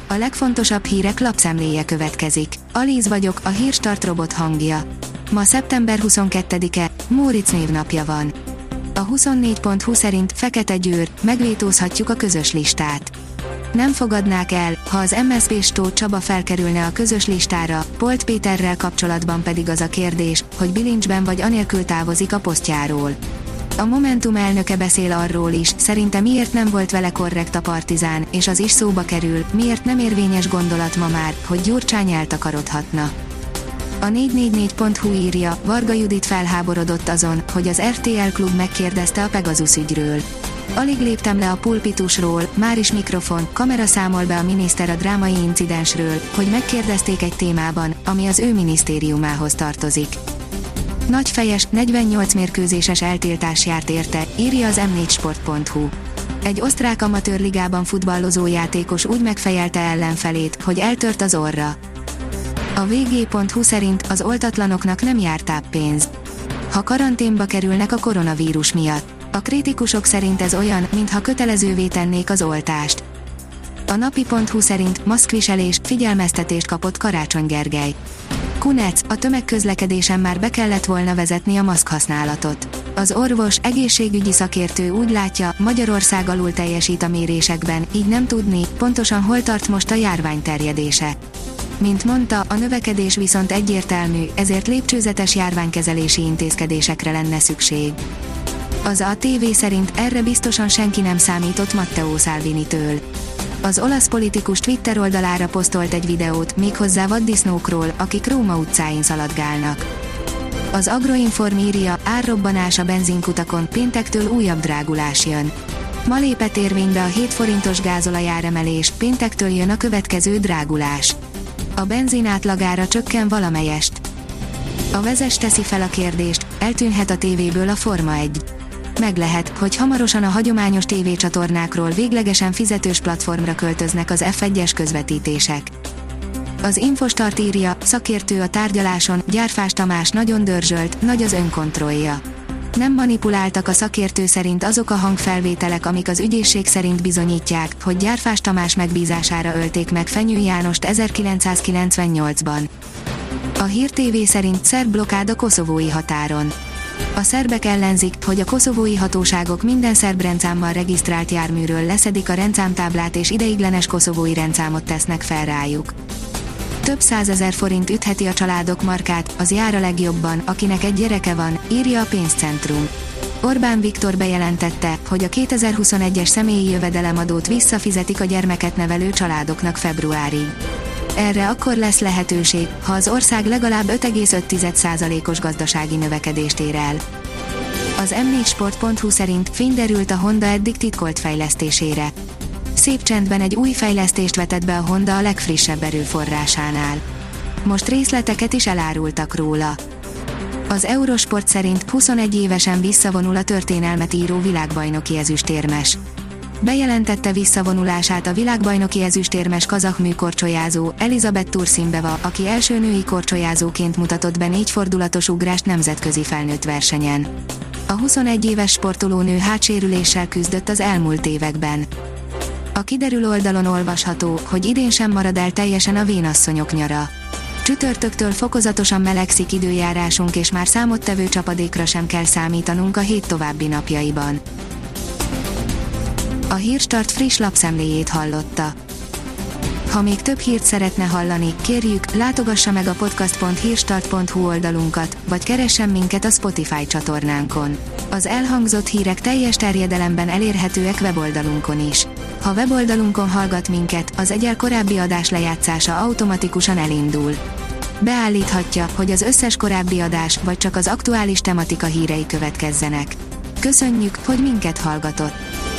A legfontosabb hírek lapszemléje következik. Alíz vagyok, a Hírstart robot hangja. Ma szeptember 22-e, Móricz névnapja van. A 24.hu szerint Fekete Győr, megvétózhatjuk a közös listát. Nem fogadnák el, ha az MSZP-s Tóth Csaba felkerülne a közös listára, Polt Péterrel kapcsolatban pedig az a kérdés, hogy bilincsben vagy anélkül távozik a posztjáról. A Momentum elnöke beszél arról is, szerinte miért nem volt vele korrekt a Partizán, és az is szóba kerül, miért nem érvényes gondolat ma már, hogy Gyurcsány eltakarodhatna. A 444.hu írja, Varga Judit felháborodott azon, hogy az RTL Klub megkérdezte a Pegasus ügyről. Alig léptem le a pulpitusról, már is mikrofon, kamera számol be a miniszter a drámai incidensről, hogy megkérdezték egy témában, ami az ő minisztériumához tartozik. Nagyfejes, 48 mérkőzéses eltiltás járt érte, írja az m4sport.hu. Egy osztrák amatőrligában futballozó játékos úgy megfejelte ellenfelét, hogy eltört az orra. A vg.hu szerint az oltatlanoknak nem jár táppénz. Ha karanténba kerülnek a koronavírus miatt. A kritikusok szerint ez olyan, mintha kötelezővé tennék az oltást. A napi.hu szerint maszkviselés, figyelmeztetést kapott Karácsony Gergely. Kunec, a tömegközlekedésen már be kellett volna vezetni a maszkhasználatot. Az orvos, egészségügyi szakértő úgy látja, Magyarország alul teljesít a mérésekben, így nem tudni, pontosan hol tart most a járvány terjedése. Mint mondta, a növekedés viszont egyértelmű, ezért lépcsőzetes járványkezelési intézkedésekre lenne szükség. Az ATV szerint erre biztosan senki nem számított Matteo Salvinitől. Az olasz politikus Twitter oldalára posztolt egy videót, méghozzá vaddisznókról, akik Róma utcáin szaladgálnak. Az Agroinform írja, árrobbanás a benzinkutakon, péntektől újabb drágulás jön. Ma lépett érvénybe a 7 forintos gázolajáremelés, péntektől jön a következő drágulás. A benzin átlagára csökken valamelyest. A Vezes teszi fel a kérdést, eltűnhet a tévéből a Forma 1. Meg lehet, hogy hamarosan a hagyományos tévécsatornákról véglegesen fizetős platformra költöznek az F1-es közvetítések. Az Infostart írja, szakértő a tárgyaláson, Gyárfás Tamás nagyon dörzsölt, nagy az önkontrollja. Nem manipuláltak a szakértő szerint azok a hangfelvételek, amik az ügyészség szerint bizonyítják, hogy Gyárfás Tamás megbízására ölték meg Fenyő Jánost 1998-ban. A Hír TV szerint szerb blokkád a koszovói határon. A szerbek ellenzik, hogy a koszovói hatóságok minden szerb rendszámmal regisztrált járműről leszedik a rendszámtáblát és ideiglenes koszovói rendszámot tesznek fel rájuk. Több százezer forint ütheti a családok markát, az jár a legjobban, akinek egy gyereke van, írja a Pénzcentrum. Orbán Viktor bejelentette, hogy a 2021-es személyi jövedelemadót visszafizetik a gyermeket nevelő családoknak februárig. Erre akkor lesz lehetőség, ha az ország legalább 5,5%-os gazdasági növekedést ér el. Az m4sport.hu szerint fény derült a Honda eddig titkolt fejlesztésére. Szép csendben egy új fejlesztést vetett be a Honda a legfrissebb erőforrásánál. Most részleteket is elárultak róla. Az Eurosport szerint 21 évesen visszavonul a történelmet író világbajnoki ezüstérmes. Bejelentette visszavonulását a világbajnoki ezüstérmes kazah műkorcsolyázó, Elizabeth Tursinbeva, aki első női korcsolyázóként mutatott be 4 fordulatos ugrást nemzetközi felnőtt versenyen. A 21 éves sportolónő hátsérüléssel küzdött az elmúlt években. A Kiderül oldalon olvasható, hogy idén sem marad el teljesen a vénasszonyok nyara. Csütörtöktől fokozatosan melegszik időjárásunk, és már számottevő csapadékra sem kell számítanunk a hét további napjaiban. A Hírstart friss lapszemléjét hallotta. Ha még több hírt szeretne hallani, kérjük, látogassa meg a podcast.hírstart.hu oldalunkat, vagy keressen minket a Spotify csatornánkon. Az elhangzott hírek teljes terjedelemben elérhetőek weboldalunkon is. Ha weboldalunkon hallgat minket, az egyel korábbi adás lejátszása automatikusan elindul. Beállíthatja, hogy az összes korábbi adás, vagy csak az aktuális tematika hírei következzenek. Köszönjük, hogy minket hallgatott!